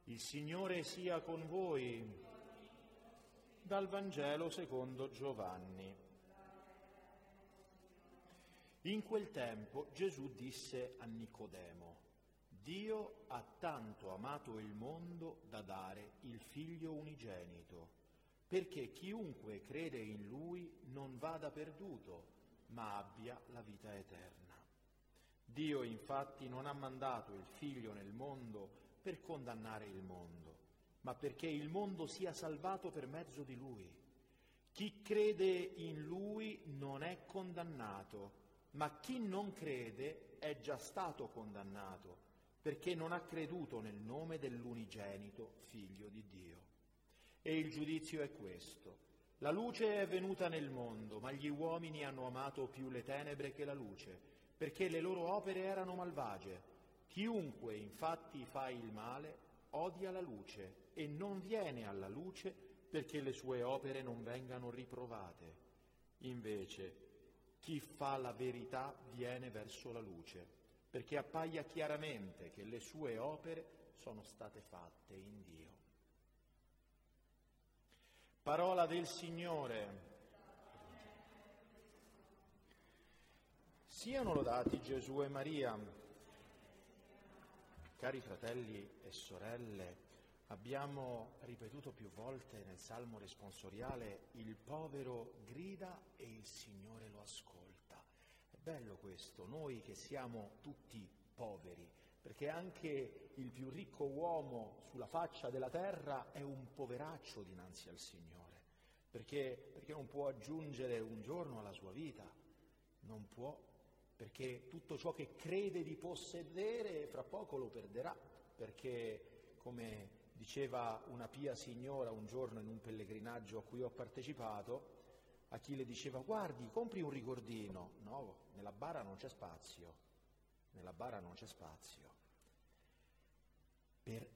Il Signore sia con voi. Dal Vangelo secondo Giovanni. In quel tempo Gesù disse a Nicodemo: Dio ha tanto amato il mondo da dare il Figlio unigenito, perché chiunque crede in Lui non vada perduto, ma abbia la vita eterna. Dio infatti non ha mandato il Figlio nel mondo per condannare il mondo, ma perché il mondo sia salvato per mezzo di Lui. Chi crede in Lui non è condannato, ma chi non crede è già stato condannato, perché non ha creduto nel nome dell'unigenito Figlio di Dio. E il giudizio è questo: la luce è venuta nel mondo, ma gli uomini hanno amato più le tenebre che la luce, perché le loro opere erano malvagie. Chiunque infatti fa il male odia la luce e non viene alla luce perché le sue opere non vengano riprovate. Invece, chi fa la verità viene verso la luce, perché appaia chiaramente che le sue opere sono state fatte in Dio. Parola del Signore. Siano lodati Gesù e Maria. Cari fratelli e sorelle, abbiamo ripetuto più volte nel Salmo responsoriale: il povero grida e il Signore lo ascolta. È bello questo, noi che siamo tutti poveri, perché anche il più ricco uomo sulla faccia della terra è un poveraccio dinanzi al Signore, perché non può aggiungere un giorno alla sua vita, non può, perché tutto ciò che crede di possedere fra poco lo perderà, perché, come diceva una pia signora un giorno in un pellegrinaggio a cui ho partecipato, a chi le diceva: guardi, compri un ricordino. No, nella bara non c'è spazio, per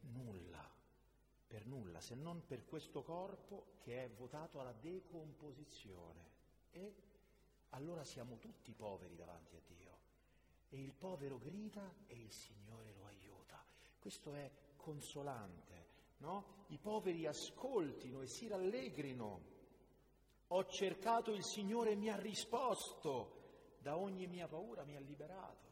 nulla, se non per questo corpo che è votato alla decomposizione. E allora siamo tutti poveri davanti a Dio, e il povero grida e il Signore lo aiuta. Questo è consolante, no? I poveri ascoltino e si rallegrino. Ho cercato il Signore e mi ha risposto, da ogni mia paura mi ha liberato.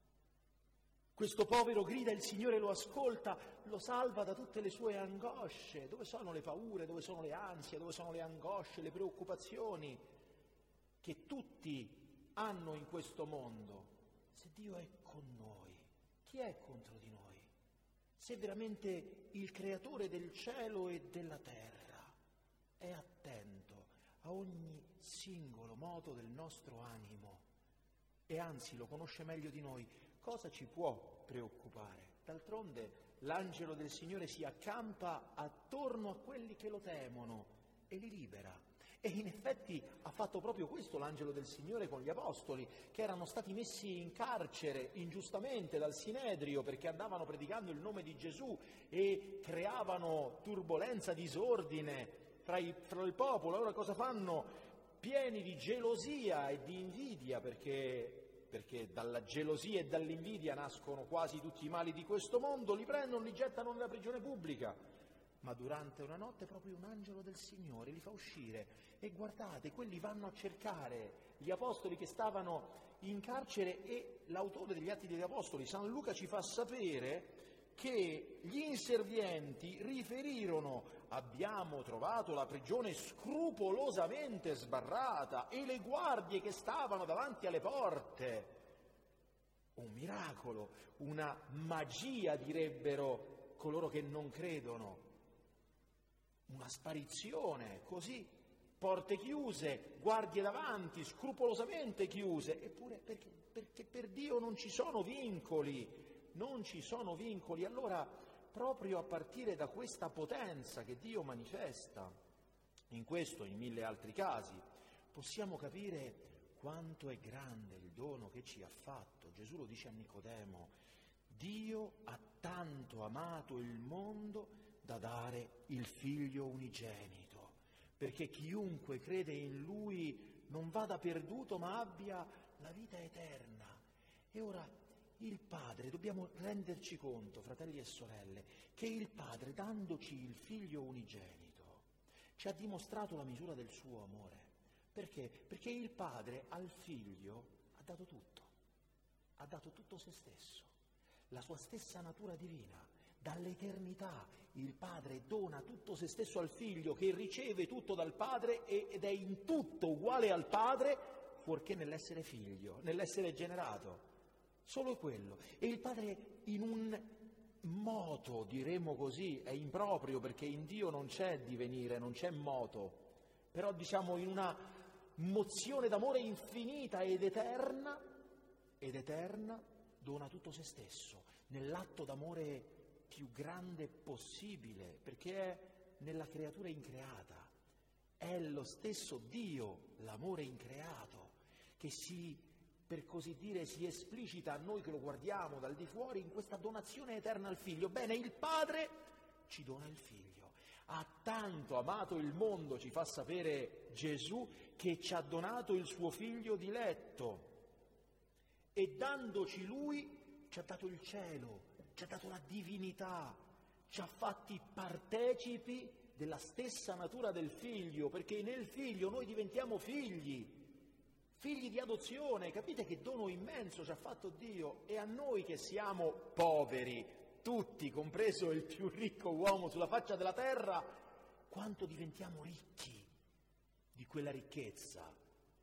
Questo povero grida, il Signore lo ascolta, lo salva da tutte le sue angosce. Dove sono le paure, dove sono le ansie, dove sono le angosce, le preoccupazioni che tutti hanno in questo mondo? Se Dio è con noi, chi è contro di noi? Se veramente il Creatore del cielo e della terra è attento a ogni singolo moto del nostro animo e anzi lo conosce meglio di noi, cosa ci può preoccupare? D'altronde l'angelo del Signore si accampa attorno a quelli che lo temono e li libera. E in effetti ha fatto proprio questo l'angelo del Signore con gli apostoli, che erano stati messi in carcere ingiustamente dal Sinedrio perché andavano predicando il nome di Gesù e creavano turbolenza, disordine fra il popolo. Allora cosa fanno? Pieni di gelosia e di invidia, perché dalla gelosia e dall'invidia nascono quasi tutti i mali di questo mondo, li prendono, li gettano nella prigione pubblica. Ma durante una notte proprio un angelo del Signore li fa uscire e guardate, quelli vanno a cercare gli apostoli che stavano in carcere, e l'autore degli Atti degli Apostoli, San Luca, ci fa sapere che gli inservienti riferirono: abbiamo trovato la prigione scrupolosamente sbarrata e le guardie che stavano davanti alle porte. Un miracolo, una magia, direbbero coloro che non credono. Una sparizione, così, porte chiuse, guardie davanti, scrupolosamente chiuse. Eppure perché per Dio non ci sono vincoli. Allora, proprio a partire da questa potenza che Dio manifesta, in questo e in mille altri casi, possiamo capire quanto è grande il dono che ci ha fatto. Gesù lo dice a Nicodemo: Dio ha tanto amato il mondo da dare il Figlio unigenito, perché chiunque crede in Lui non vada perduto, ma abbia la vita eterna. E ora il Padre, dobbiamo renderci conto, fratelli e sorelle, che il Padre, dandoci il Figlio unigenito, ci ha dimostrato la misura del suo amore. Perché? Perché il Padre al Figlio ha dato tutto se stesso, la sua stessa natura divina. Dall'eternità il Padre dona tutto se stesso al Figlio, che riceve tutto dal Padre ed è in tutto uguale al Padre, fuorché nell'essere figlio, nell'essere generato. Solo quello. E il Padre in un moto, diremmo così, è improprio perché in Dio non c'è divenire, non c'è moto, però diciamo in una mozione d'amore infinita ed eterna, dona tutto se stesso, nell'atto d'amore più grande possibile, perché è nella creatura increata. È lo stesso Dio, l'amore increato, che per così dire, si esplicita a noi che lo guardiamo dal di fuori in questa donazione eterna al Figlio. Bene, il Padre ci dona il Figlio. Ha tanto amato il mondo, ci fa sapere Gesù, che ci ha donato il suo Figlio diletto. E dandoci Lui ci ha dato il cielo, ci ha dato la divinità, ci ha fatti partecipi della stessa natura del Figlio, perché nel Figlio noi diventiamo figli di adozione. Capite che dono immenso ci ha fatto Dio? E a noi che siamo poveri, tutti, compreso il più ricco uomo sulla faccia della terra, quanto diventiamo ricchi di quella ricchezza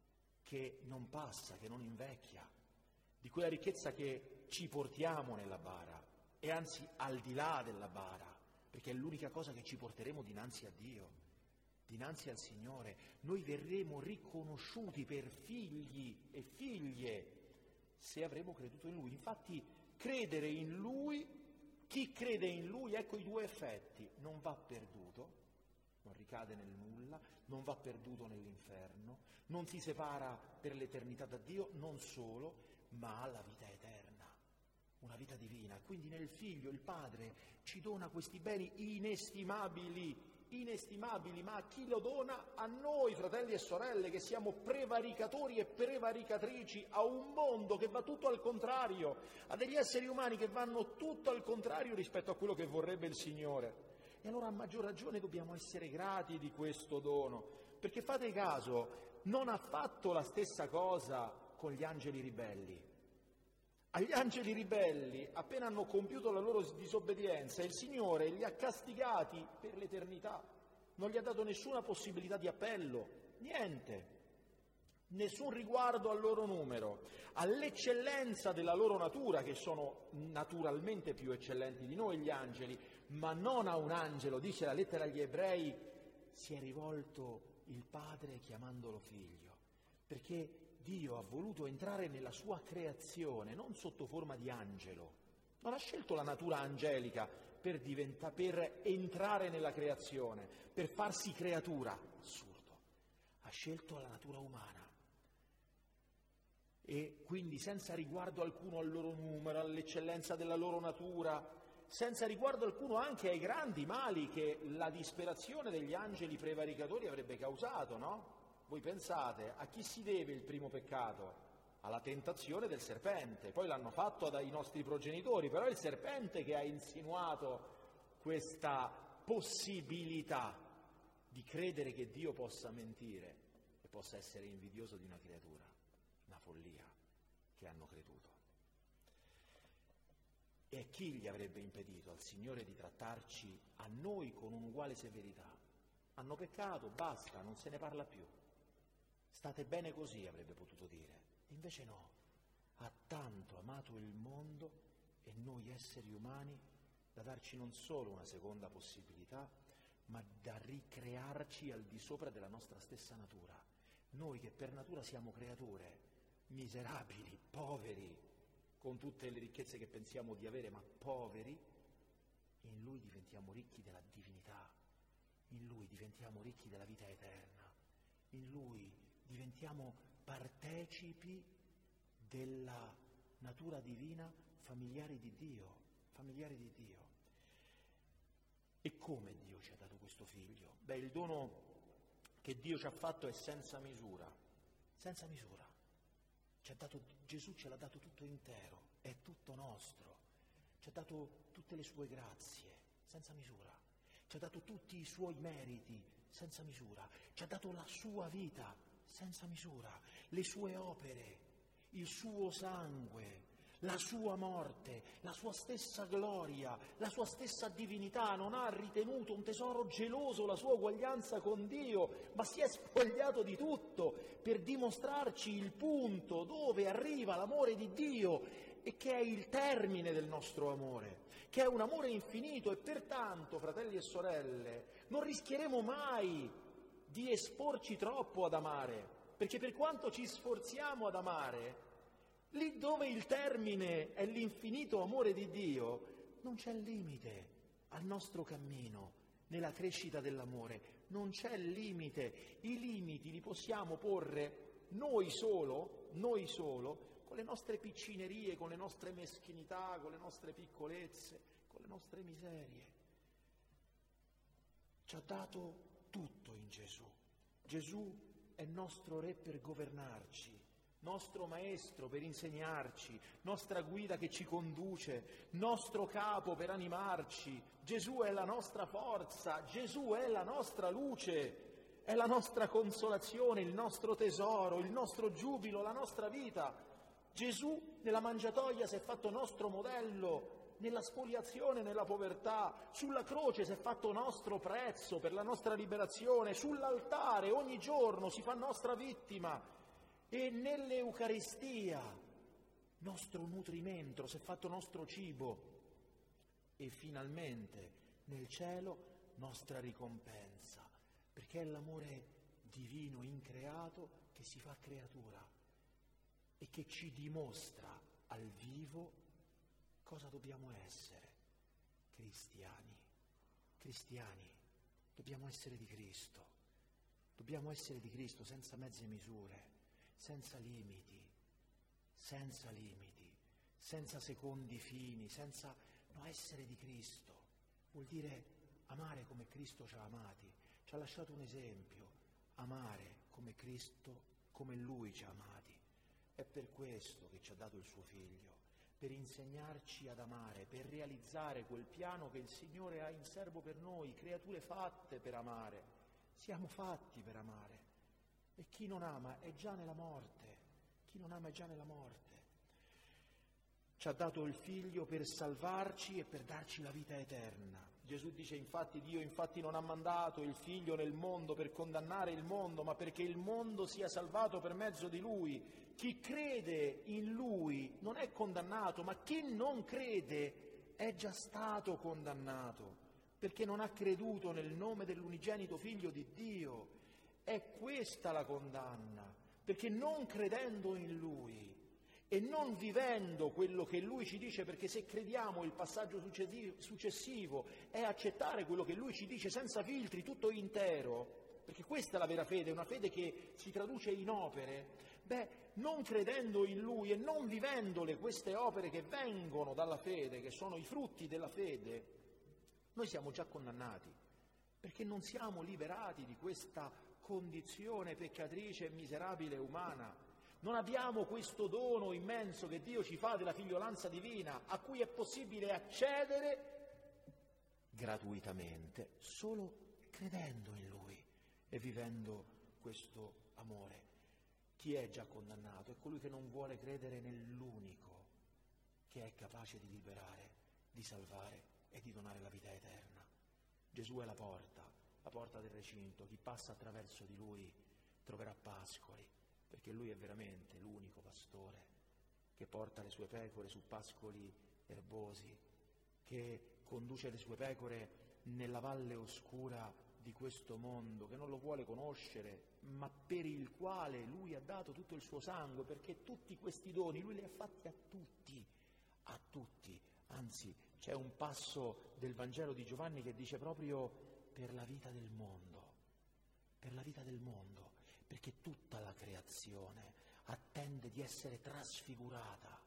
che non passa, che non invecchia, di quella ricchezza che ci portiamo nella bara, e anzi al di là della bara, perché è l'unica cosa che ci porteremo dinanzi a Dio. Dinanzi al Signore, noi verremo riconosciuti per figli e figlie se avremo creduto in Lui. Infatti, credere in Lui, chi crede in Lui, ecco i due effetti: non va perduto, non ricade nel nulla, non va perduto nell'inferno, non si separa per l'eternità da Dio, non solo, ma ha la vita eterna, una vita divina. Quindi nel Figlio il Padre ci dona questi beni inestimabili, ma a chi lo dona? A noi, fratelli e sorelle, che siamo prevaricatori e prevaricatrici, a un mondo che va tutto al contrario, a degli esseri umani che vanno tutto al contrario rispetto a quello che vorrebbe il Signore. E allora a maggior ragione dobbiamo essere grati di questo dono, perché fate caso, non ha fatto la stessa cosa con gli angeli ribelli. Agli angeli ribelli, appena hanno compiuto la loro disobbedienza, il Signore li ha castigati per l'eternità, non gli ha dato nessuna possibilità di appello, niente, nessun riguardo al loro numero, all'eccellenza della loro natura, che sono naturalmente più eccellenti di noi gli angeli, ma non a un angelo, dice la lettera agli Ebrei, si è rivolto il Padre chiamandolo figlio, perché Dio ha voluto entrare nella sua creazione, non sotto forma di angelo. Non ha scelto la natura angelica per entrare nella creazione, per farsi creatura. Assurdo. Ha scelto la natura umana. E quindi senza riguardo alcuno al loro numero, all'eccellenza della loro natura, senza riguardo alcuno anche ai grandi mali che la disperazione degli angeli prevaricatori avrebbe causato, no? Voi pensate, a chi si deve il primo peccato? Alla tentazione del serpente, poi l'hanno fatto dai nostri progenitori, però è il serpente che ha insinuato questa possibilità di credere che Dio possa mentire e possa essere invidioso di una creatura, una follia che hanno creduto. E chi gli avrebbe impedito al Signore di trattarci a noi con un'uguale severità? Hanno peccato, basta, non se ne parla più. State bene così, avrebbe potuto dire. Invece no, ha tanto amato il mondo e noi esseri umani da darci non solo una seconda possibilità, ma da ricrearci al di sopra della nostra stessa natura. Noi che per natura siamo creature miserabili, poveri, con tutte le ricchezze che pensiamo di avere, ma poveri, in Lui diventiamo ricchi della divinità, in Lui diventiamo ricchi della vita eterna, in Lui diventiamo partecipi della natura divina, familiari di Dio. E come Dio ci ha dato questo Figlio? Beh, il dono che Dio ci ha fatto è senza misura. Gesù ce l'ha dato tutto intero, è tutto nostro. Ci ha dato tutte le sue grazie, senza misura. Ci ha dato tutti i suoi meriti, senza misura. Ci ha dato la sua vita, senza misura. Le sue opere, il suo sangue, la sua morte, la sua stessa gloria, la sua stessa divinità. Non ha ritenuto un tesoro geloso la sua uguaglianza con Dio, ma si è spogliato di tutto per dimostrarci il punto dove arriva l'amore di Dio e che è il termine del nostro amore, che è un amore infinito. E pertanto, fratelli e sorelle, non rischieremo mai di esporci troppo ad amare, perché per quanto ci sforziamo ad amare, lì dove il termine è l'infinito amore di Dio, non c'è limite al nostro cammino nella crescita dell'amore, non c'è limite. I limiti li possiamo porre noi solo, con le nostre piccinerie, con le nostre meschinità, con le nostre piccolezze, con le nostre miserie. Ci ha dato tutto in Gesù. Gesù è nostro Re per governarci, nostro Maestro per insegnarci, nostra guida che ci conduce, nostro capo per animarci. Gesù è la nostra forza, Gesù è la nostra luce, è la nostra consolazione, il nostro tesoro, il nostro giubilo, la nostra vita. Gesù nella mangiatoia si è fatto nostro modello, nella spoliazione, nella povertà, sulla croce si è fatto nostro prezzo per la nostra liberazione, sull'altare ogni giorno si fa nostra vittima e nell'Eucaristia nostro nutrimento, si è fatto nostro cibo e finalmente nel cielo nostra ricompensa, perché è l'amore divino increato che si fa creatura e che ci dimostra al vivo cosa dobbiamo essere. Cristiani, dobbiamo essere di Cristo, senza mezze misure, senza limiti, senza secondi fini, essere di Cristo. Vuol dire amare come Cristo ci ha amati, ci ha lasciato un esempio, amare come Cristo, come Lui ci ha amati. È per questo che ci ha dato il suo Figlio, per insegnarci ad amare, per realizzare quel piano che il Signore ha in serbo per noi, creature fatte per amare. Siamo fatti per amare. E chi non ama è già nella morte. Ci ha dato il Figlio per salvarci e per darci la vita eterna. Gesù dice Dio infatti non ha mandato il Figlio nel mondo per condannare il mondo, ma perché il mondo sia salvato per mezzo di Lui. Chi crede in Lui non è condannato, ma chi non crede è già stato condannato, perché non ha creduto nel nome dell'unigenito Figlio di Dio. È questa la condanna, perché non credendo in Lui e non vivendo quello che Lui ci dice, perché se crediamo il passaggio successivo è accettare quello che Lui ci dice senza filtri, tutto intero, perché questa è la vera fede, una fede che si traduce in opere. Non credendo in Lui e non vivendole queste opere che vengono dalla fede, che sono i frutti della fede, noi siamo già condannati, perché non siamo liberati di questa condizione peccatrice e miserabile umana. Non abbiamo questo dono immenso che Dio ci fa della figliolanza divina, a cui è possibile accedere gratuitamente solo credendo in Lui e vivendo questo amore. Chi è già condannato? È colui che non vuole credere nell'unico che è capace di liberare, di salvare e di donare la vita eterna. Gesù è la porta del recinto. Chi passa attraverso di Lui troverà pascoli, perché Lui è veramente l'unico pastore che porta le sue pecore su pascoli erbosi, che conduce le sue pecore nella valle oscura di questo mondo, che non lo vuole conoscere, ma per il quale Lui ha dato tutto il suo sangue, perché tutti questi doni Lui li ha fatti a tutti. Anzi, c'è un passo del Vangelo di Giovanni che dice proprio per la vita del mondo, perché tutta la creazione attende di essere trasfigurata.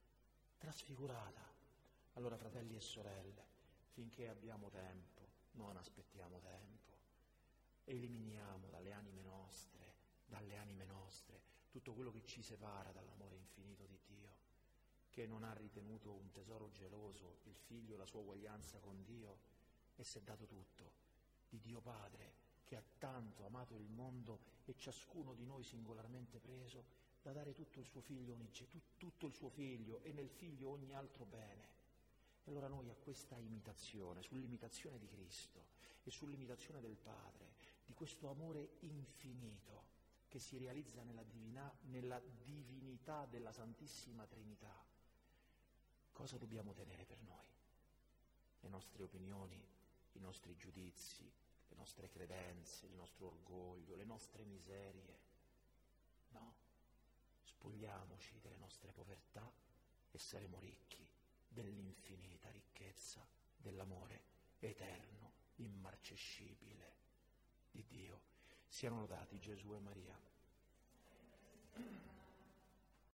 Allora, fratelli e sorelle, finché abbiamo tempo, non aspettiamo tempo, eliminiamo dalle anime nostre tutto quello che ci separa dall'amore infinito di Dio, che non ha ritenuto un tesoro geloso il Figlio, la sua uguaglianza con Dio, e si è dato tutto, di Dio Padre, che ha tanto amato il mondo e ciascuno di noi singolarmente preso, da dare tutto il suo Figlio, tutto il suo Figlio, e nel Figlio ogni altro bene. E allora noi a questa imitazione, sull'imitazione di Cristo e sull'imitazione del Padre, di questo amore infinito che si realizza nella divinità della Santissima Trinità, cosa dobbiamo tenere per noi? Le nostre opinioni, i nostri giudizi, le nostre credenze, il nostro orgoglio, le nostre miserie? No, spogliamoci delle nostre povertà e saremo ricchi dell'infinita ricchezza dell'amore eterno, immarcescibile di Dio. Siano lodati Gesù e Maria.